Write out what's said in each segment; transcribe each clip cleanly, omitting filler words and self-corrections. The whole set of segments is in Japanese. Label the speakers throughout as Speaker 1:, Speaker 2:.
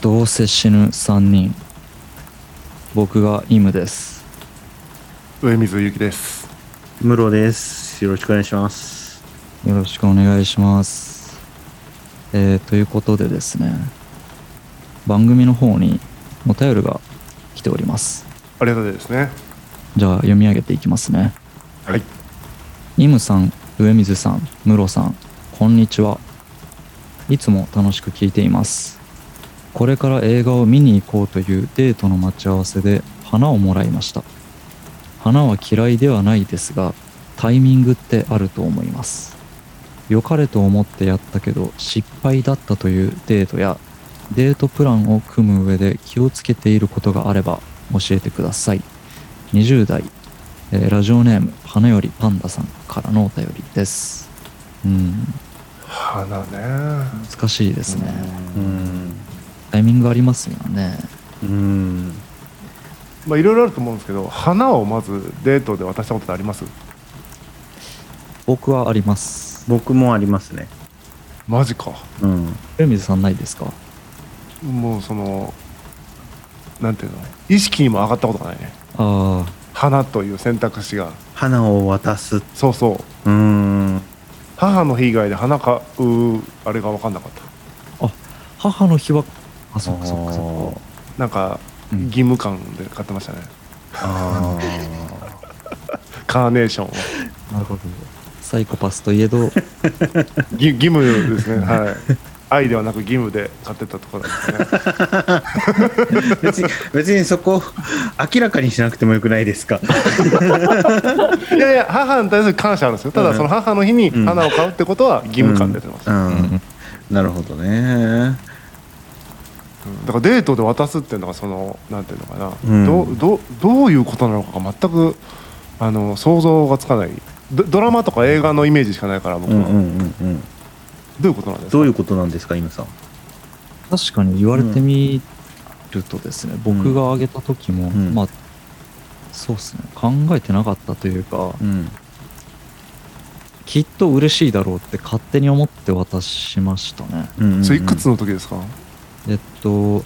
Speaker 1: どうせ死ぬ3人。僕がイムです。
Speaker 2: 上水ゆきです。
Speaker 3: 室です。よろしくお願いします。
Speaker 1: よろしくお願いします。ということでですね、番組の方にお便りが来ております。
Speaker 2: ありがたいですね。
Speaker 1: じゃあ読み上げていきますね。
Speaker 2: はい。
Speaker 1: イムさん、上水さん、室さん、こんにちは。いつも楽しく聞いています。これから映画を見に行こうというデートの待ち合わせで花をもらいました。花は嫌いではないですが、タイミングってあると思います。良かれと思ってやったけど失敗だったというデートやデートプランを組む上で気をつけていることがあれば教えてください。20代、ラジオネーム花よりパンダさんからのお便りです。
Speaker 2: 花ね。
Speaker 1: 難しいですね。タイミングありますよね。
Speaker 2: まあいろいろあると思うんですけど、花をまずデートで渡したことってあります？
Speaker 1: 僕はあります。
Speaker 3: 僕もありますね。
Speaker 2: マジか。
Speaker 1: 上水さんないですか？
Speaker 2: もうそのなんていうの、意識にも上がったことがないね。
Speaker 1: ああ。
Speaker 2: 花という選択肢が。
Speaker 3: 花を渡す。
Speaker 2: そうそう。母の日以外で花買うあれが分かんなかった。
Speaker 1: あ、母の日はそっかそっかそっか。
Speaker 2: なんか義務感で買ってましたね。カーネーションを。
Speaker 1: なるほど。サイコパスといえど
Speaker 2: 義務ですね。はい。愛ではなく義務で買ってたところですね。
Speaker 3: 別にそこ明らかにしなくてもよくないですか？
Speaker 2: いやいや、母に対する感謝あるんですよ。ただその母の日に花を買うってことは義務感出てます。
Speaker 3: なるほどね。
Speaker 2: だからデートで渡すっていうのがそのなんていうのかな、どういうことなのかが全く想像がつかない。ドラマとか映画のイメージしかないから僕は。どういうことなんですか？
Speaker 3: どういうことなんですか、今さん。
Speaker 1: 確かに言われてみるとですね、僕が挙げた時も、まあそうですね、考えてなかったというか、きっと嬉しいだろうって勝手に思って渡しましたね。
Speaker 2: それいくつの時ですか
Speaker 1: ？20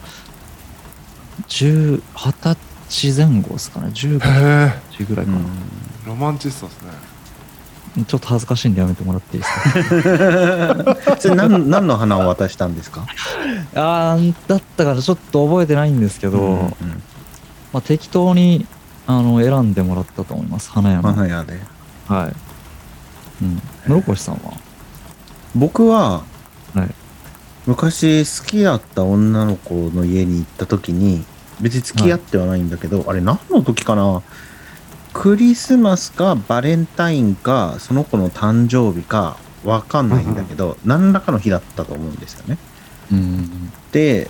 Speaker 1: 歳前後ですかね。15歳ぐらいかな。
Speaker 2: ロマンチストですね。
Speaker 1: ちょっと恥ずかしいんでやめてもらっていいですか？
Speaker 3: それ何の花を渡したんですか？
Speaker 1: だったからちょっと覚えてないんですけど、まあ、適当に選んでもらったと思います。花屋の。
Speaker 3: 花屋で。
Speaker 1: はい。室越さんは？
Speaker 3: 僕は、
Speaker 1: はい、
Speaker 3: 昔好きだった女の子の家に行った時に、別に付き合ってはないんだけど、あれ何の時かな、クリスマスかバレンタインかその子の誕生日か分かんないんだけど、何らかの日だったと思うんですよね。で、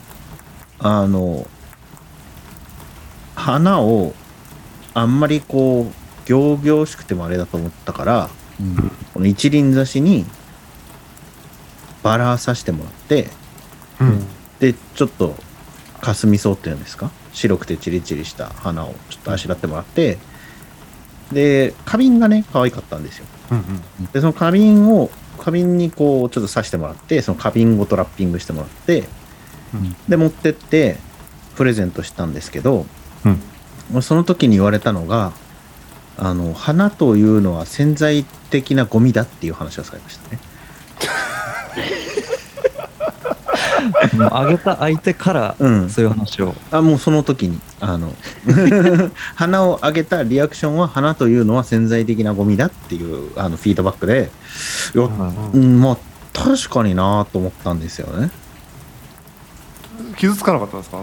Speaker 3: 花をあんまりこう仰々しくてもあれだと思ったから、この一輪挿しにバラさせてもらって、でちょっとかすみ草っていうんですか、白くてチリチリした花をちょっとあしらってもらって、で花瓶がね可愛かったんですよ。でその花瓶にこうちょっと刺してもらって、その花瓶ごとラッピングしてもらって、で持ってってプレゼントしたんですけど、その時に言われたのが、花というのは潜在的なゴミだっていう話をされましたね。
Speaker 1: あげた相手からそういう話を、
Speaker 3: もうその時に花をあげたリアクションは、花というのは潜在的なゴミだっていうフィードバックで、まあ確かになと思ったんですよね。
Speaker 2: 傷つかなかったですか？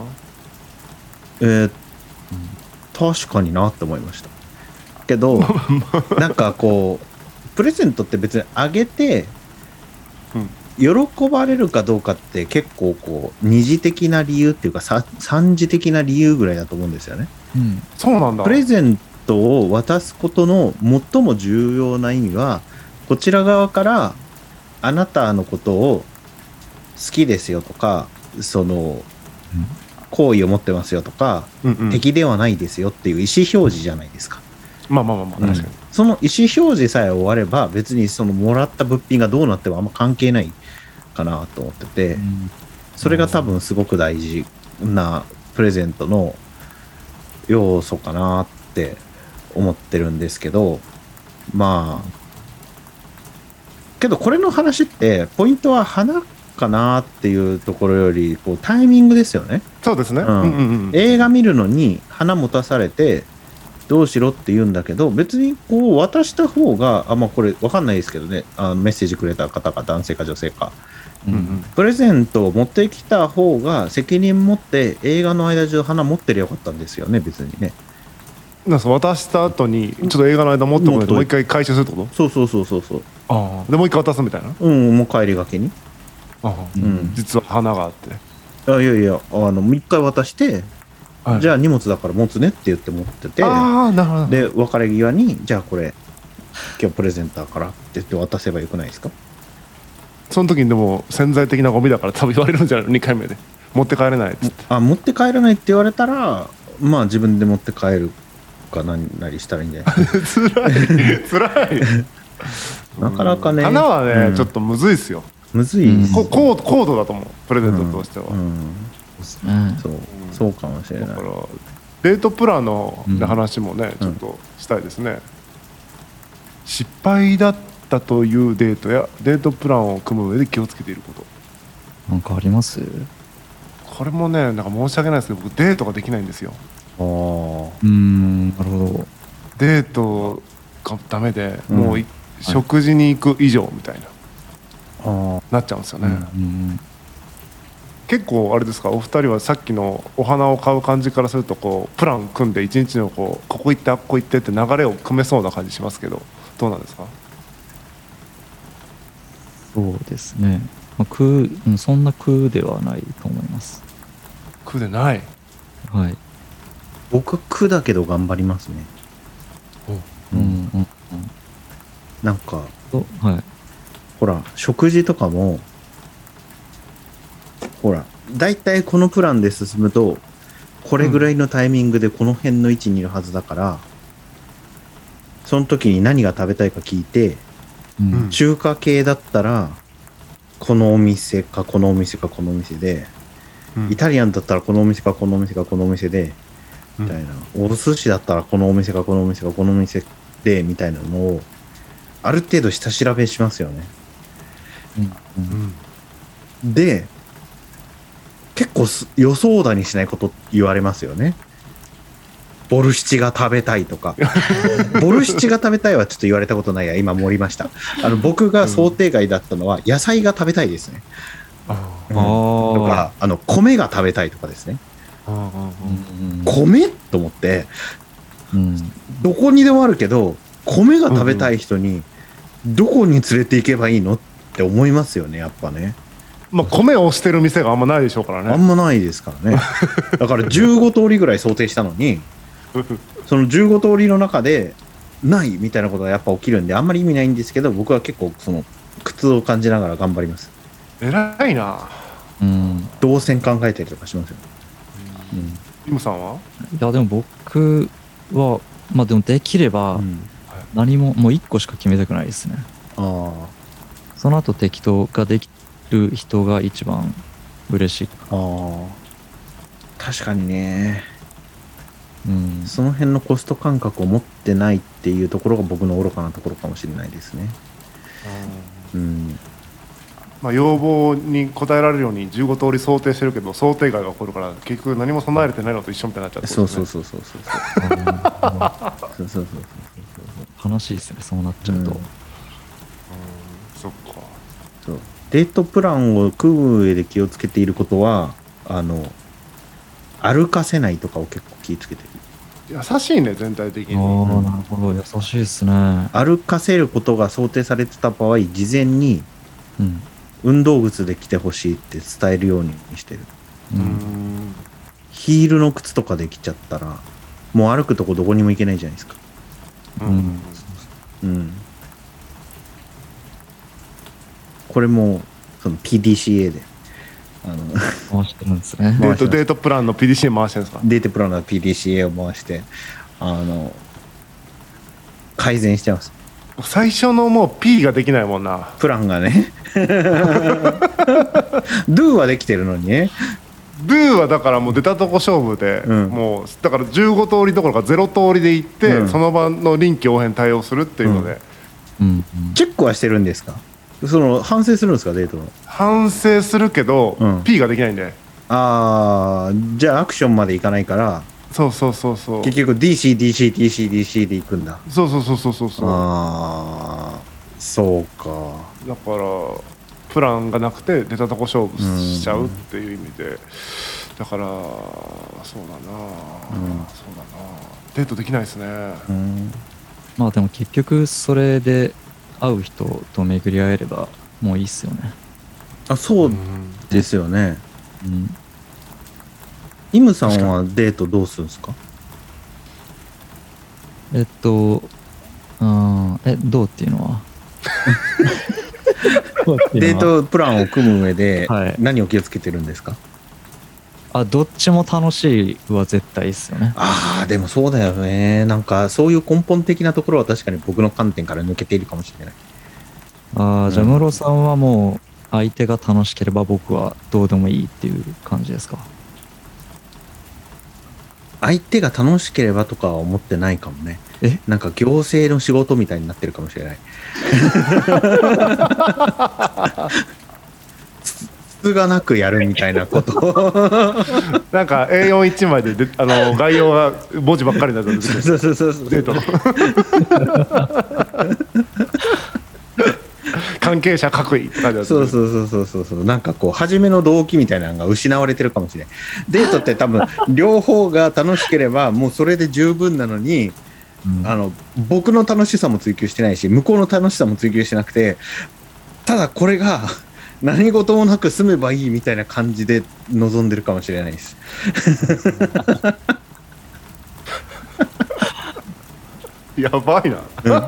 Speaker 3: 確かになって思いましたけどなんかこうプレゼントって別にあげて喜ばれるかどうかって結構こう二次的な理由っていうか三次的な理由ぐらいだと思うんですよね。
Speaker 2: そうなんだ。
Speaker 3: プレゼントを渡すことの最も重要な意味は、こちら側からあなたのことを好きですよとか、その好意を持ってますよとか、敵ではないですよっていう意思表示じゃないですか。
Speaker 2: まあ確かに。
Speaker 3: その意思表示さえ終われば、別にそのもらった物品がどうなってもあんま関係ないかなと思ってて、 それが多分すごく大事なプレゼントの要素かなって思ってるんですけど、まあけどこれの話ってポイントは花かなっていうところよりこうタイミングですよね。
Speaker 2: そうですね、
Speaker 3: 映画見るのに花持たされてどうしろって言うんだけど、別にこう渡した方がまあこれ分かんないですけどね、メッセージくれた方が男性か女性か、プレゼントを持ってきた方が責任持って映画の間中花持ってりゃよかったんですよね、別にね。
Speaker 2: なんか渡した後にちょっと映画の間持っておくともう一回回収するってこと？
Speaker 3: そう
Speaker 2: ああ、でもう一回渡すみたいな。
Speaker 3: もう帰りがけに。
Speaker 2: 実は花があって、
Speaker 3: いやいやもう一回渡して、じゃあ荷物だから持つねって言って持ってて、
Speaker 2: なるほど。
Speaker 3: で別れ際にじゃあこれ今日プレゼンターからって言って渡せばよくないですか？
Speaker 2: その時にでも潜在的なゴミだから多分言われるんじゃないの、2回目で持って帰れないっつって。
Speaker 3: 持って帰らないって言われたらまあ自分で持って帰るか何なりしたらいいんじゃないですか。
Speaker 2: つらい
Speaker 3: なかなかね、
Speaker 2: 花はね、ちょっとむずいっすよ。
Speaker 3: むずい、
Speaker 2: 高度だと思う、プレゼントとしては。
Speaker 3: そうかもしれない。だから
Speaker 2: デートプランの話もね、ちょっとしたいですね。失敗だったというデートやデートプランを組む上で気をつけていること、
Speaker 1: なんかあります？
Speaker 2: これもね、なんか申し訳ないですけど僕デートができないんですよ。
Speaker 1: なるほど。
Speaker 2: デートがダメで、もう食事に行く以上みたいな、なっちゃうんですよね。結構あれですか、お二人はさっきのお花を買う感じからするとこうプラン組んで一日のここ行ってあっこ行ってって流れを組めそうな感じしますけど、どうなんですか？
Speaker 1: そうですね、そんな苦ではないと思います。
Speaker 2: 苦でない？
Speaker 1: はい。
Speaker 3: 僕は苦だけど頑張りますね。なんか、
Speaker 1: はい、
Speaker 3: ほら食事とかもほらだいたいこのプランで進むとこれぐらいのタイミングでこの辺の位置にいるはずだから、その時に何が食べたいか聞いて、中華系だったらこのお店かこのお店かこのお店で、イタリアンだったらこのお店かこのお店かこのお店でみたいな、お寿司だったらこのお店かこのお店かこのお店でみたいなのをある程度下調べしますよね。で結構予想だにしないこと言われますよね。ボルシチが食べたいとかボルシチが食べたいはちょっと言われたことないや、今盛りました。僕が想定外だったのは野菜が食べたいですね。とか米が食べたいとかですね。米と思って、どこにでもあるけど米が食べたい人にどこに連れて行けばいいのって思いますよね、やっぱね。
Speaker 2: まあ米をしてる店があんまないでしょうからね。
Speaker 3: あんまないですからね。だから15通りぐらい想定したのにその15通りの中でないみたいなことがやっぱ起きるんで、あんまり意味ないんですけど、僕は結構その苦痛を感じながら頑張ります。
Speaker 2: 偉いな。
Speaker 3: 動線考えたりとかしますよ。
Speaker 2: イムさんは？
Speaker 1: いやでも僕はまあでもできれば何ももう1個しか決めたくないですね。その後適当ができる人が一番嬉しい。
Speaker 3: 確かにね。その辺のコスト感覚を持ってないっていうところが僕の愚かなところかもしれないですね。
Speaker 2: まあ要望に応えられるように15通り想定してるけど想定外が起こるから結局何も備えれてないのと一緒みたいになっちゃって、
Speaker 3: そう
Speaker 1: 悲しいですね、そうなっちゃうと。
Speaker 2: そっか。
Speaker 3: そうデートプランを組む上で気をつけていることは歩かせないとかを結構気をつけてる。
Speaker 2: 優しいね、全体的に。
Speaker 1: なるほど、優しいですね。
Speaker 3: 歩かせることが想定されてた場合、事前に運動靴で来てほしいって伝えるようにしてる。ヒールの靴とかで来ちゃったらもう歩くとこどこにも行けないじゃないですか。これもその PDCA で
Speaker 1: 回してるんですね。
Speaker 2: デートプランの PDCA 回してるんですか？
Speaker 3: デートプランの PDCA を回して改善してます。
Speaker 2: 最初のもう P ができないもんな。
Speaker 3: プランがねDo はできてるのにね。
Speaker 2: Do はだからもう出たとこ勝負で、もうだから15通りどころか0通りで行って、その場の臨機応変対応するっていうので、
Speaker 3: チェックはしてるんですか？その反省するんですか？デートの
Speaker 2: 反省するけど、P ができないんで。
Speaker 3: ああ、じゃあアクションまでいかないから、
Speaker 2: そう
Speaker 3: 結局 DC でいくんだ。
Speaker 2: そう
Speaker 3: ああ、そうか。
Speaker 2: だからプランがなくて出たとこ勝負しちゃうっていう意味で、だからそうだな、デートできないですね。
Speaker 1: まあでも結局それで会う人と巡り合えればもういいっすよね。
Speaker 3: あ、そうですよね。イムさんはデートどうするんですか？
Speaker 1: どうっていうのは
Speaker 3: デートプランを組む上で何を気をつけてるんですか？
Speaker 1: どっちも楽しいは絶対ですよね。
Speaker 3: ああ、でもそうだよね。なんかそういう根本的なところは確かに僕の観点から抜けているかもしれない。
Speaker 1: じゃあムロさんはもう相手が楽しければ僕はどうでもいいっていう感じですか？
Speaker 3: 相手が楽しければとかは思ってないかもね。なんか行政の仕事みたいになってるかもしれない。つがなくやるみたいなこと
Speaker 2: なんか A41 枚で概要が文字ばっかりになってる。そうデートの関係者各位って感じだった。
Speaker 3: そうなんかこう初めの動機みたいなのが失われてるかもしれない。デートって多分両方が楽しければもうそれで十分なのに、僕の楽しさも追求してないし向こうの楽しさも追求してなくて、ただこれが何事もなく済めばいいみたいな感じで臨んでるかもしれないです。
Speaker 2: やばいな、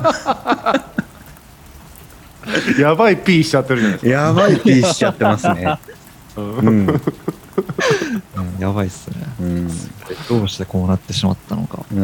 Speaker 2: やばい P しちゃってるじゃないですか。
Speaker 3: やばい P しちゃってますね。
Speaker 1: やばいっすね。どうしてこうなってしまったのか。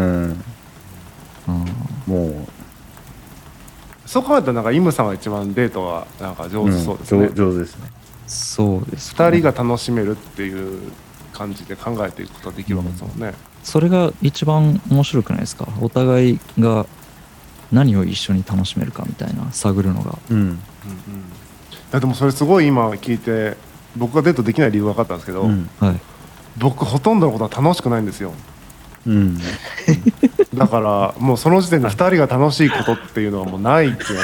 Speaker 3: もう
Speaker 2: そう考えたらなんかイムさんは一番デートがなんか上手そうですね。
Speaker 3: 上手ですね。
Speaker 1: そうですね。
Speaker 2: 2人が楽しめるっていう感じで考えていくことができるわけですもんね。そ
Speaker 1: れが一番面白くないですか？お互いが何を一緒に楽しめるかみたいな探るのが。
Speaker 2: でもそれすごい今聞いて僕がデートできない理由分かったんですけど、僕ほとんどのことは楽しくないんですよ。だからもうその時点で2人が楽しいことっていうのはもうないっていう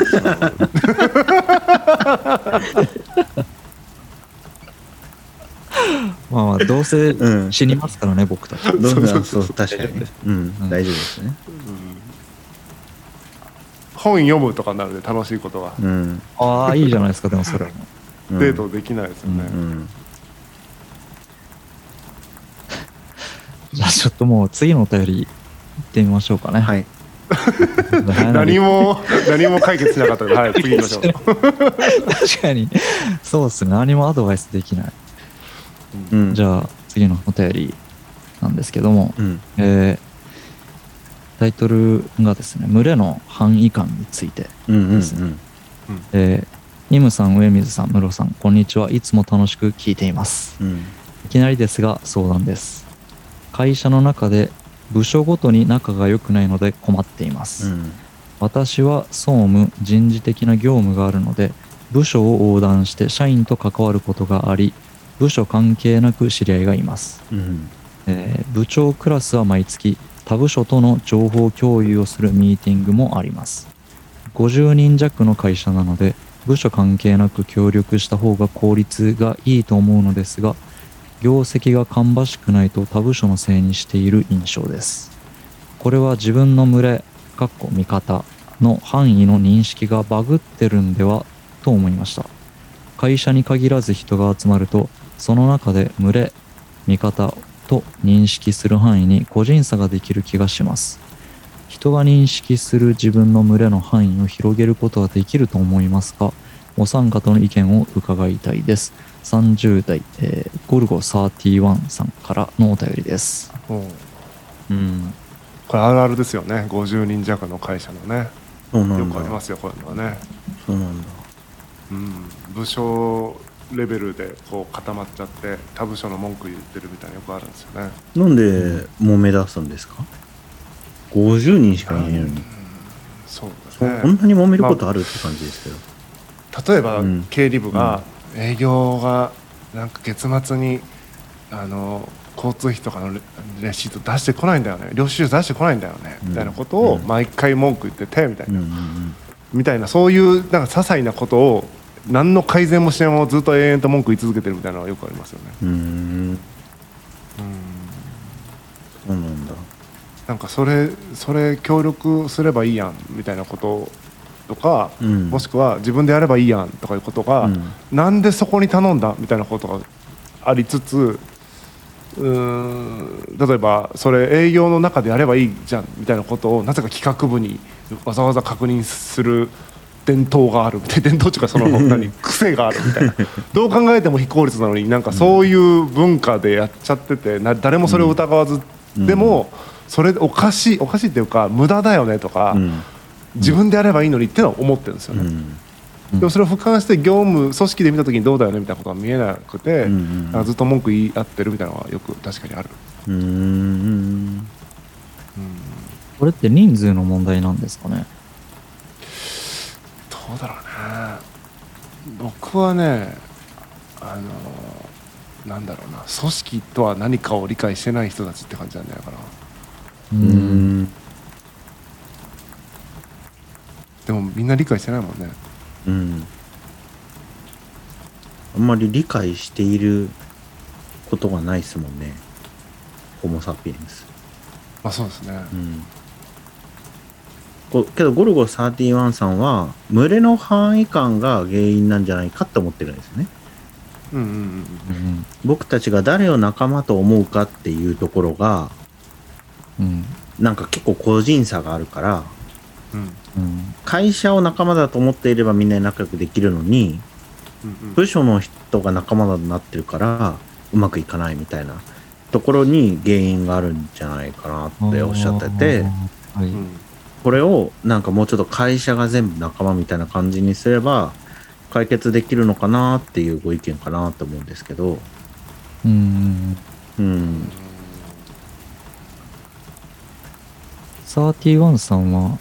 Speaker 1: まあどうせ死にますからね、僕たち。
Speaker 3: そう確かにね。大丈夫ですね。
Speaker 2: 本読むとかになるで楽しいことが。
Speaker 1: いいじゃないですか。でもそれも
Speaker 2: デートできないですよね。
Speaker 1: じゃあちょっともう次のお便り行ってみましょうかね。
Speaker 3: はい。
Speaker 2: 何も解決しなかったので、はい、次行きましょう。
Speaker 1: 確かにそうですね。何もアドバイスできない。じゃあ次のお便りなんですけども、タイトルがですね、群れの範囲感についてですね。イムさん、上水さん、ムロさん、こんにちは。いつも楽しく聞いています。いきなりですが相談です。会社の中で部署ごとに仲が良くないので困っています。私は総務人事的な業務があるので部署を横断して社員と関わることがあり、部署関係なく知り合いがいます。部長クラスは毎月他部署との情報共有をするミーティングもあります。50人弱の会社なので部署関係なく協力した方が効率がいいと思うのですが、業績が芳しくないと他部署のせいにしている印象です。これは自分の群れ味方の範囲の認識がバグってるんではと思いました。会社に限らず人が集まるとその中で群れ味方と認識する範囲に個人差ができる気がします。人が認識する自分の群れの範囲を広げることはできると思いますか？お三方の意見を伺いたいです。30代、ゴルゴ31さんからのお便りです。
Speaker 2: これあるあるですよね。50人弱の会社のね。
Speaker 3: そうなんだ。
Speaker 2: よくありますよこういうのはね。
Speaker 3: そうなんだ。
Speaker 2: 部署レベルでこう固まっちゃって他部署の文句言ってるみたいなよくあるんですよね。
Speaker 3: なんで揉め出すんですか？50人しかいないのに。
Speaker 2: そうですね。
Speaker 3: こんなに揉めることあるって感じですけど。
Speaker 2: 例えば、経理部が営業がなんか月末に交通費とかのレシート出してこないんだよね、領収書出してこないんだよね、みたいなことを毎回文句言っててみたいな、みたいな、そういうなんか些細なことを何の改善もしないままずっと永遠と文句言い続けてるみたいなのはよくありますよね。
Speaker 3: そうなんだ。
Speaker 2: なんかそれ協力すればいいやんみたいなこととか、もしくは自分でやればいいやんとかいうことが、なんでそこに頼んだみたいなことがありつつ、例えばそれ営業の中でやればいいじゃんみたいなことをなぜか企画部にわざわざ確認する伝統があるみたいな、伝統っていうかその癖があるみたいなどう考えても非効率なのになんかそういう文化でやっちゃってて、誰もそれを疑わず、でもそれおかしいっていうか無駄だよねとか、自分でやればいいのにってのは思ってるんですよね。でもそれを俯瞰して業務組織で見た時にどうだよねみたいなことが見えなくて、ずっと文句言い合ってるみたいなのはよく確かにある。
Speaker 1: これって人数の問題なんですかね？
Speaker 2: どうだろうね。僕はね、なんだろうな、組織とは何かを理解してない人たちって感じなんじゃないかな。でもみんな理解してないもんね。
Speaker 3: あんまり理解していることがないですもんね、ホモ・サピエンス。
Speaker 2: まあそうですね。
Speaker 3: けどゴルゴ31さんは群れの範囲感が原因なんじゃないかって思ってるんですよね。僕たちが誰を仲間と思うかっていうところが、なんか結構個人差があるから、会社を仲間だと思っていればみんな仲良くできるのに、部署の人が仲間だとなってるからうまくいかないみたいなところに原因があるんじゃないかなっておっしゃってて、これをなんかもうちょっと会社が全部仲間みたいな感じにすれば解決できるのかなっていうご意見かなと思うんですけど。
Speaker 1: 31さんは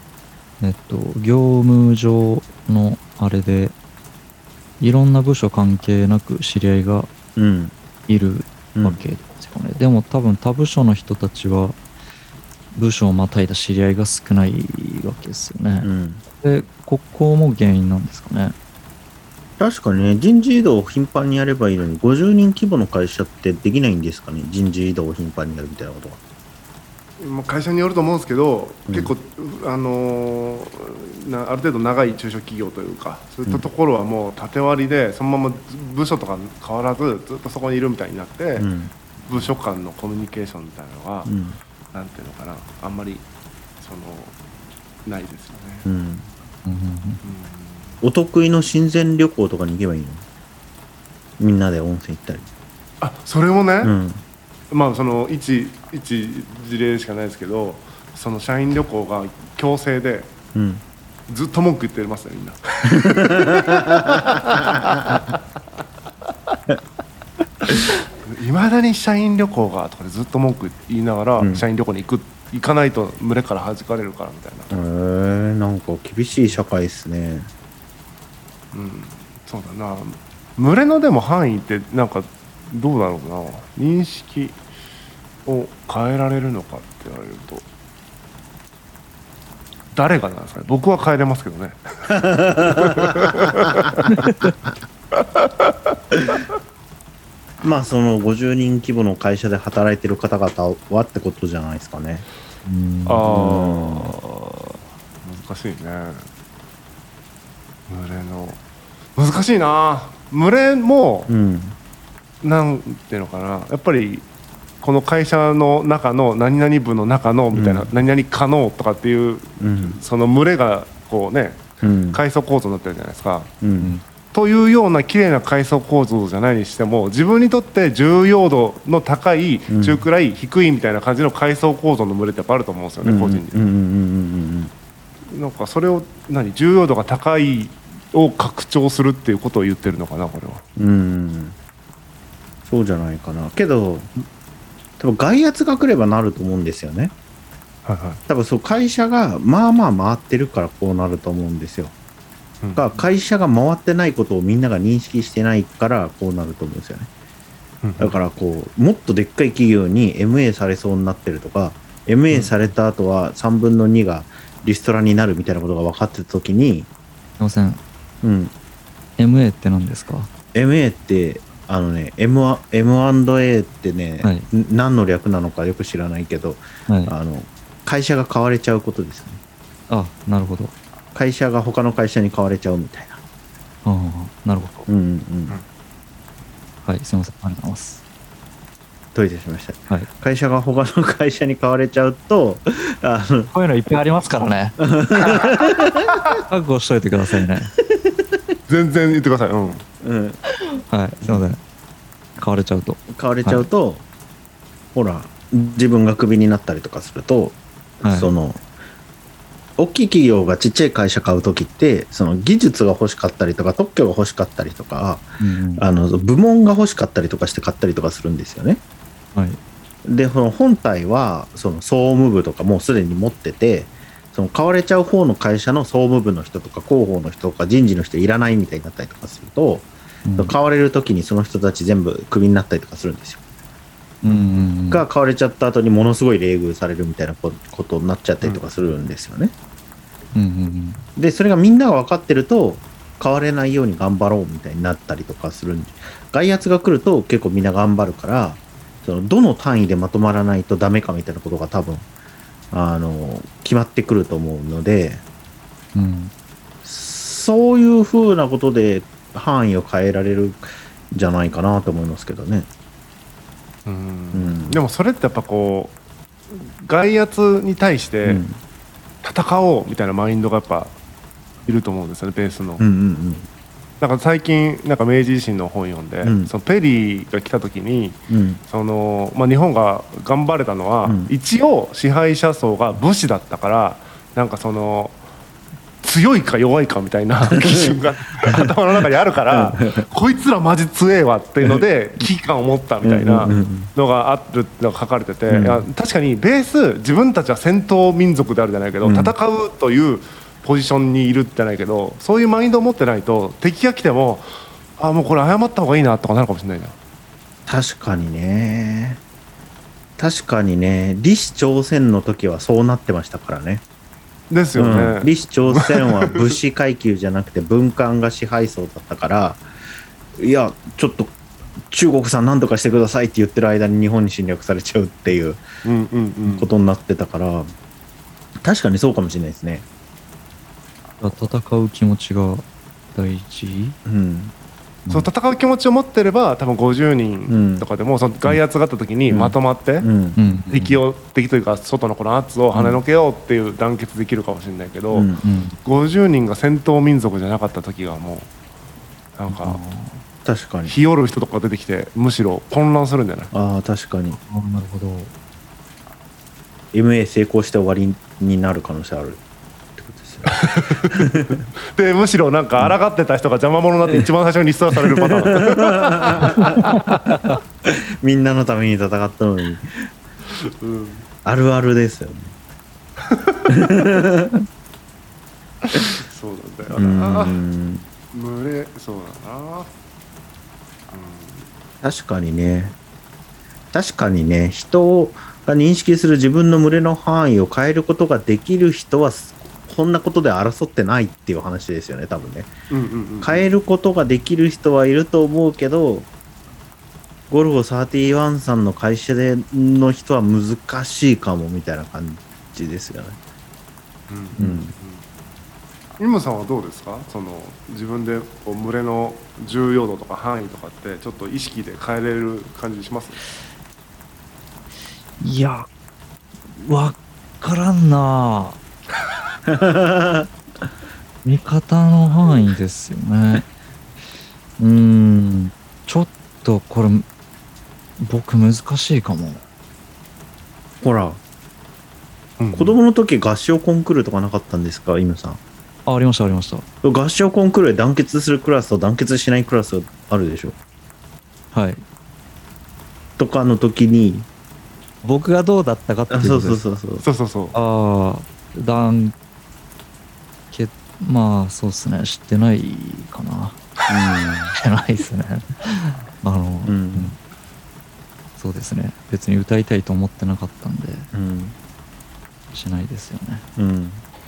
Speaker 1: 業務上のあれでいろんな部署関係なく知り合いがいるわけですよね。でも多分他部署の人たちは部署をまたいだ知り合いが少ないわけですよね。で、ここも原因なんですかね。
Speaker 3: 確かにね、人事異動を頻繁にやればいいのに50人規模の会社ってできないんですかね、人事異動を頻繁にやるみたいなことは。
Speaker 2: 会社によると思うんですけど、結構ある程度長い中小企業というかそういったところはもう縦割りでそのまま部署とか変わらずずっとそこにいるみたいになって、部署間のコミュニケーションみたいなのが、なんていうのかな、あんまりないですよね。
Speaker 3: お得意の親善旅行とかに行けばいいの？みんなで温泉行ったり。
Speaker 2: それもね、まあその一事例しかないですけど、その社員旅行が強制で、ずっと文句言ってますねみんな。いまだに社員旅行がとかでずっと文句言いながら、社員旅行に行かないと群れから弾かれるからみたいな。
Speaker 3: なんか厳しい社会ですね。
Speaker 2: そうだな。群れのでも範囲ってなんかどうだろうな、認識を変えられるのかって言われると誰がなんですかね。僕は変えれますけどね。
Speaker 3: まあその50人規模の会社で働いてる方々はってことじゃないですかね。
Speaker 2: 難しいね。群れの難しいな。群れも、なんていうのかな、やっぱりこの会社の中の何々部の中のみたいな、何々可能とかっていう、その群れがこうね、階層構造になってるじゃないですか。というような綺麗な階層構造じゃないにしても、自分にとって重要度の高い、中くらい、低いみたいな感じの階層構造の群れってやっぱあると思うんですよね、個人に。 なんかそれを重要度が高いを拡張するっていうことを言ってるのかな、これは。
Speaker 3: そうじゃないかな。けど多分外圧が来ればなると思うんですよね。
Speaker 2: はいはい。
Speaker 3: 多分そう会社がまあまあ回ってるからこうなると思うんですよ。が会社が回ってないことをみんなが認識してないからこうなると思うんですよね。だからこうもっとでっかい企業に MA されそうになってるとか、 MA された後は3分の2がリストラになるみたいなことが分かってた時に、
Speaker 1: すいません。
Speaker 3: うん、
Speaker 1: MA って何ですか？
Speaker 3: MA ってM&A ってね、
Speaker 1: はい、
Speaker 3: 何の略なのかよく知らないけど、
Speaker 1: はい、
Speaker 3: 会社が買われちゃうことですよね。
Speaker 1: あ、なるほど。
Speaker 3: 会社が他の会社に買われちゃうみたいな。
Speaker 1: ああ、なるほど。はい、すいません。ありがとうございます。
Speaker 3: どういたしました。
Speaker 1: はい。
Speaker 3: 会社が他の会社に買われちゃうと、
Speaker 1: こういうのいっぱいありますからね。覚悟しといてくださいね。
Speaker 2: 全然言ってください。
Speaker 3: うん。
Speaker 1: はい、すいません。買われちゃうと。
Speaker 3: はい、ほら、自分がクビになったりとかすると、はい、大きい企業がちっちゃい会社買うときって、その技術が欲しかったりとか、特許が欲しかったりとか、部門が欲しかったりとかして買ったりとかするんですよね。
Speaker 1: はい。
Speaker 3: で、その本体は、その総務部とかもうすでに持ってて、その買われちゃう方の会社の総務部の人とか広報の人とか人事の人いらないみたいになったりとかすると、買われるときにその人たち全部クビになったりとかするんですよ。が買われちゃった後にものすごい冷遇されるみたいなことになっちゃったりとかするんですよね。でそれがみんなが分かってると買われないように頑張ろうみたいになったりとかするんで、外圧が来ると結構みんな頑張るから、どの単位でまとまらないとダメかみたいなことが多分決まってくると思うので、そういうふうなことで範囲を変えられるんじゃないかなと思いますけどね。
Speaker 2: でもそれってやっぱこう外圧に対して戦おうみたいなマインドがやっぱいると思うんですよね、ベースの。なんか最近なんか明治維新の本読んで、そのペリーが来た時に、日本が頑張れたのは、一応支配者層が武士だったから、なんか強いか弱いかみたいな基準が頭の中にあるからこいつらマジ強えわっていうので危機感を持ったみたいなのがあるのが書かれてて、いや確かにベース自分たちは戦闘民族であるじゃないけど、戦うというポジションにいるじゃないけど、そういうマインドを持ってないと敵が来てももうこれ謝った方がいいなとかなるかもしれないな。
Speaker 3: 確かにね、李氏朝鮮の時はそうなってましたからね。
Speaker 2: ですよね。
Speaker 3: 李氏朝鮮は武士階級じゃなくて文官が支配層だったから、いやちょっと中国さん何とかしてくださいって言ってる間に日本に侵略されちゃうっていうことになってたから、確かにそうかもしれないですね。
Speaker 1: 戦う気持ちが大事。
Speaker 2: そう戦う気持ちを持ってれば多分50人とかでもその外圧があった時にまとまって敵というか外のこの圧を跳ねのけようっていう団結できるかもしれないけど、50人が戦闘民族じゃなかった時がもうなんか
Speaker 3: 確かに
Speaker 2: 日和る人とか出てきてむしろ混乱するんじゃない？
Speaker 3: 確かに。
Speaker 1: なるほど。
Speaker 3: MA 成功して終わりになる可能性ある。
Speaker 2: でむしろなんか抗ってた人が邪魔者になって一番最初にリストラされるパターン
Speaker 3: みんなのために戦ったのに、あるあるですよね。
Speaker 2: そうなんだよな。群れそうだな。
Speaker 3: 確かにね、人が認識する自分の群れの範囲を変えることができる人はこんなことで争ってないっていう話ですよね、多分ね。変えることができる人はいると思うけど、ゴルゴ31さんの会社での人は難しいかもみたいな感じですよね。
Speaker 2: イムさんはどうですか？自分でこう群れの重要度とか範囲とかってちょっと意識で変えれる感じします？
Speaker 1: いや、わからんな。見方の範囲ですよね。ちょっとこれ僕難しいかも。
Speaker 3: ほら子供の時合唱コンクールとかなかったんですか、犬さん。
Speaker 1: ありましたありました。
Speaker 3: 合唱コンクールで団結するクラスと団結しないクラスがあるでしょ。
Speaker 1: はい。
Speaker 3: とかの時に、
Speaker 1: 僕がどうだったかっていうこ
Speaker 3: そう
Speaker 1: とです。
Speaker 3: そうそうそう。
Speaker 2: そうそうそう。
Speaker 1: ああ、まあそうっすね。知ってないかな。知ってないですね。そうですね。別に歌いたいと思ってなかったんで、しないですよね。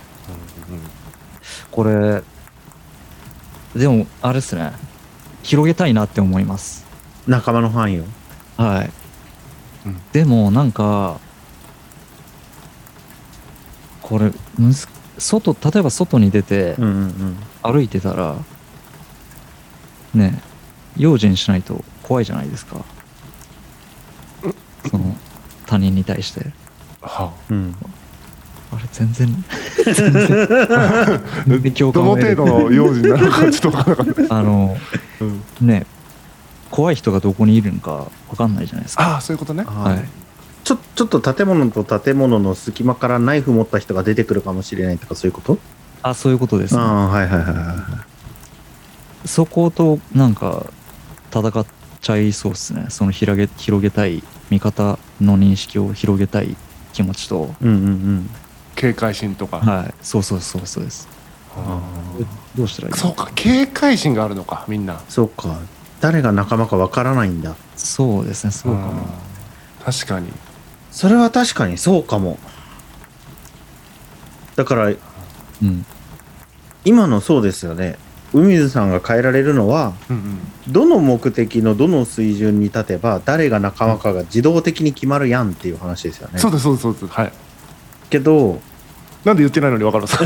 Speaker 1: これ、でも、あれですね。広げたいなって思います。
Speaker 3: 仲間の範囲を。
Speaker 1: はい。でも、なんか、これ、例えば外に出て、歩いてたら、ね、用心しないと怖いじゃないですか。その、他人に対して。あれ、全然共感
Speaker 2: どの程度の用心なのかちょっと分からなかった。
Speaker 1: ね、怖い人がどこにいるのか分かんないじゃないですか。
Speaker 2: ああ、そういうことね。
Speaker 1: はい。
Speaker 3: ちょっと建物と建物の隙間からナイフ持った人が出てくるかもしれないとか、そういうこと？
Speaker 1: あ、そういうことですね。
Speaker 3: はいはいはいはい。
Speaker 1: そことなんか戦っちゃいそうですね。その広げたい、味方の認識を広げたい気持ちと、
Speaker 2: 警戒心とか。
Speaker 1: はい、そうです。どうしたらいい？
Speaker 2: そうか、警戒心があるのか、みんな。
Speaker 3: そうか、誰が仲間かわからないんだ。
Speaker 1: そうですね、そうかも。
Speaker 2: 確かに。
Speaker 3: それは確かにそうかも。だから、今のそうですよね。海津さんが変えられるのは、どの目的のどの水準に立てば誰が仲間かが自動的に決まるやんっていう話ですよね。
Speaker 2: そうですそうです。はい。
Speaker 3: けど、
Speaker 2: なんで言ってないのに分かるん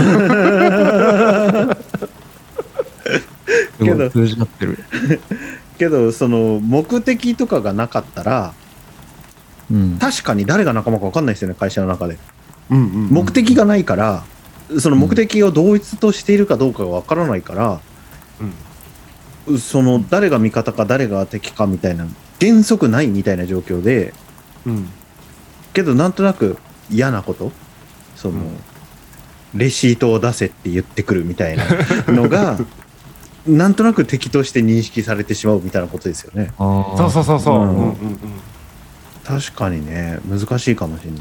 Speaker 2: ですか。
Speaker 1: 通じ合ってる。
Speaker 3: けどその目的とかがなかったら、確かに誰が仲間か分かんないですよね、会社の中で。目的がないから、その目的を同一としているかどうかが分からないから、その誰が味方か誰が敵かみたいな原則ないみたいな状況で、けどなんとなく嫌なこと、その、レシートを出せって言ってくるみたいなのがなんとなく敵として認識されてしまうみたいなことですよね。
Speaker 2: そう。
Speaker 3: 確かにね、難しいかもしれない。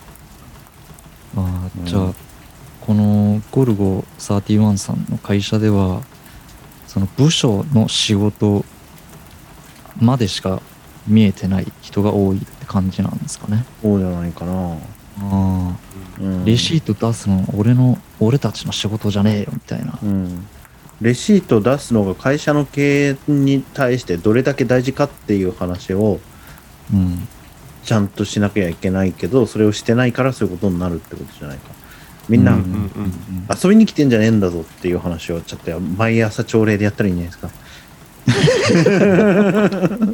Speaker 1: じゃあこのゴルゴ31さんの会社ではその部署の仕事までしか見えてない人が多いって感じなんですかね。
Speaker 3: そうじゃないかな。
Speaker 1: レシート出すの俺たちの仕事じゃねえよみたいな。
Speaker 3: レシート出すのが会社の経営に対してどれだけ大事かっていう話をちゃんとしなきゃいけないけど、それをしてないからそういうことになるってことじゃないか。みんな遊びに来てんじゃねえんだぞっていう話をちょっと毎朝朝礼でやったらいいんじゃないですか。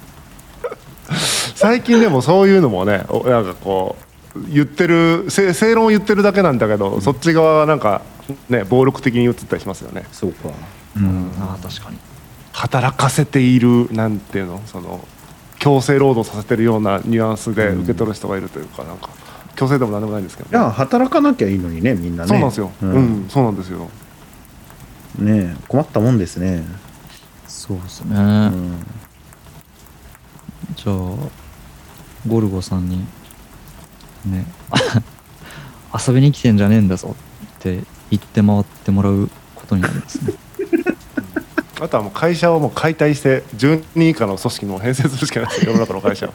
Speaker 2: 最近でもそういうのもね、なんかこう言ってる正論を言ってるだけなんだけど、そっち側はなんかね暴力的に映ったりしますよね。
Speaker 3: そうか。
Speaker 1: 確かに。
Speaker 2: 働かせているなんていうの、その強制労働させてるようなニュアンスで受け取る人がいるというか、なんか強制でもなんでもないんですけど、ね、
Speaker 3: いや働かなきゃいいのにね、みんなね。
Speaker 2: そうなんですよ。そうなんですよ。
Speaker 3: ねえ、困ったもんですね。
Speaker 1: そうですね。じゃあゴルゴさんにね遊びに来てんじゃねえんだぞって言って回ってもらうことになりますね。
Speaker 2: あとはもう会社をもう解体して10人以下の組織に編成するしかないですよ、世の中の会社は。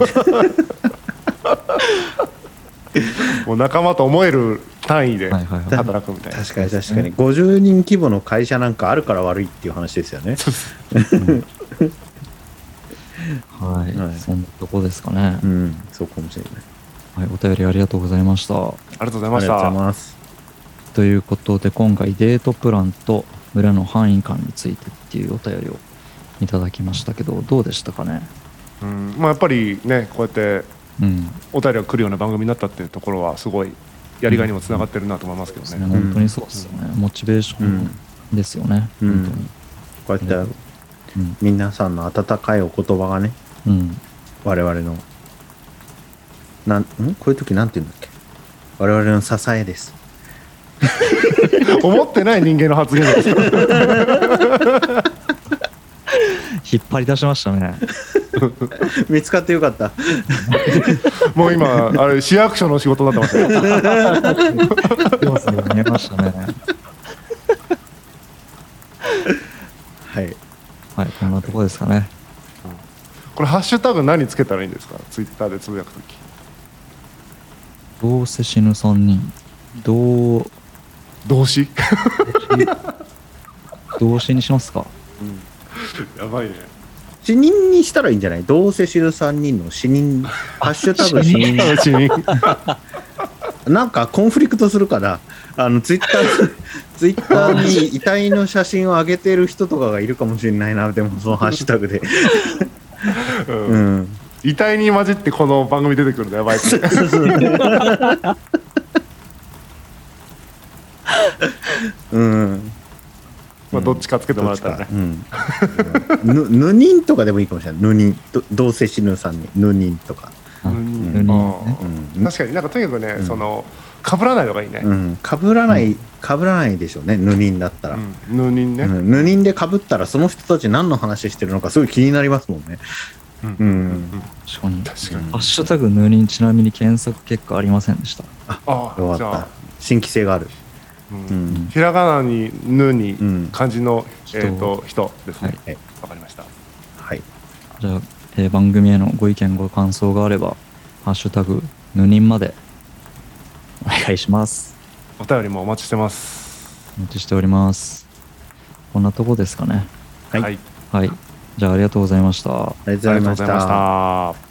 Speaker 2: もう仲間と思える単位で働くみたいな。
Speaker 3: 確かに確かに50人規模の会社なんかあるから悪いっていう話ですよね。
Speaker 1: はい、そんなとこですかね。
Speaker 3: そうかもしれない。
Speaker 1: はい、お便りありがとうございました。
Speaker 2: ありがとうございました。
Speaker 3: ありがとうございます。
Speaker 1: ということで今回デートプランと村の範囲感についてっていうお便りをいただきましたけど、どうでしたかね。
Speaker 2: やっぱりね、こうやってお便りが来るような番組になったっていうところはすごいやりがいにもつながってるなと思いますけどね。
Speaker 1: 本当にそうですよね。モチベーションですよね。本当に
Speaker 3: こうやって皆さんの温かいお言葉がね、我々のこういう時なんて言うんだっけ、 我々の支えです。
Speaker 2: 思ってない人間の発言ですか。
Speaker 1: 引っ張り出しましたね。
Speaker 3: 見つかってよかった。
Speaker 2: もう今あれ市役所の仕事になってましたよ。
Speaker 1: 要素が見えましたね。
Speaker 3: はい。
Speaker 1: はい、こんなとこですかね。
Speaker 2: これハッシュタグ何つけたらいいんですか、ツイッターでつぶやくとき。
Speaker 1: どうせ死ぬ3人。
Speaker 2: 動詞。
Speaker 1: 動詞にしますか。
Speaker 2: やばいね。
Speaker 3: 死人にしたらいいんじゃない？どうせ死ぬ3人の死人、ハッシュタグ死人。
Speaker 2: 死人。
Speaker 3: なんかコンフリクトするから、ツイッターに遺体の写真を上げてる人とかがいるかもしれないな、でもそのハッシュタグで。うん。
Speaker 2: 遺体に混じってこの番組出てくるのやばいですね。
Speaker 3: うん。
Speaker 2: まあどっちかつけてもらったらね。
Speaker 3: ぬ人とかでもいいかもしれない。ぬ人。どうせ死ぬさんに。ぬ人とか。
Speaker 2: 確かになんかとにかくね、その被らないのがいいね。
Speaker 3: 被らないでしょうね。ぬ人だったら。
Speaker 2: ぬ人ね。
Speaker 3: ぬ人で被ったらその人たち何の話してるのかすごい気になりますもんね。
Speaker 1: 確かに。ハッシュタグぬ人、ちなみに検索結果ありませんでした。
Speaker 3: あ、よかった。新規性がある。
Speaker 2: ひらがなにぬに漢字の人ですね。わかりました。
Speaker 3: はい。
Speaker 1: じゃあ番組へのご意見ご感想があればハッシュタグぬ人までお願いします。
Speaker 2: お便りもお待ちしてます。
Speaker 1: お待ちしております。こんなとこですかね。
Speaker 3: はい。
Speaker 1: はい。じゃあありがとうございました。
Speaker 3: ありがとうございました。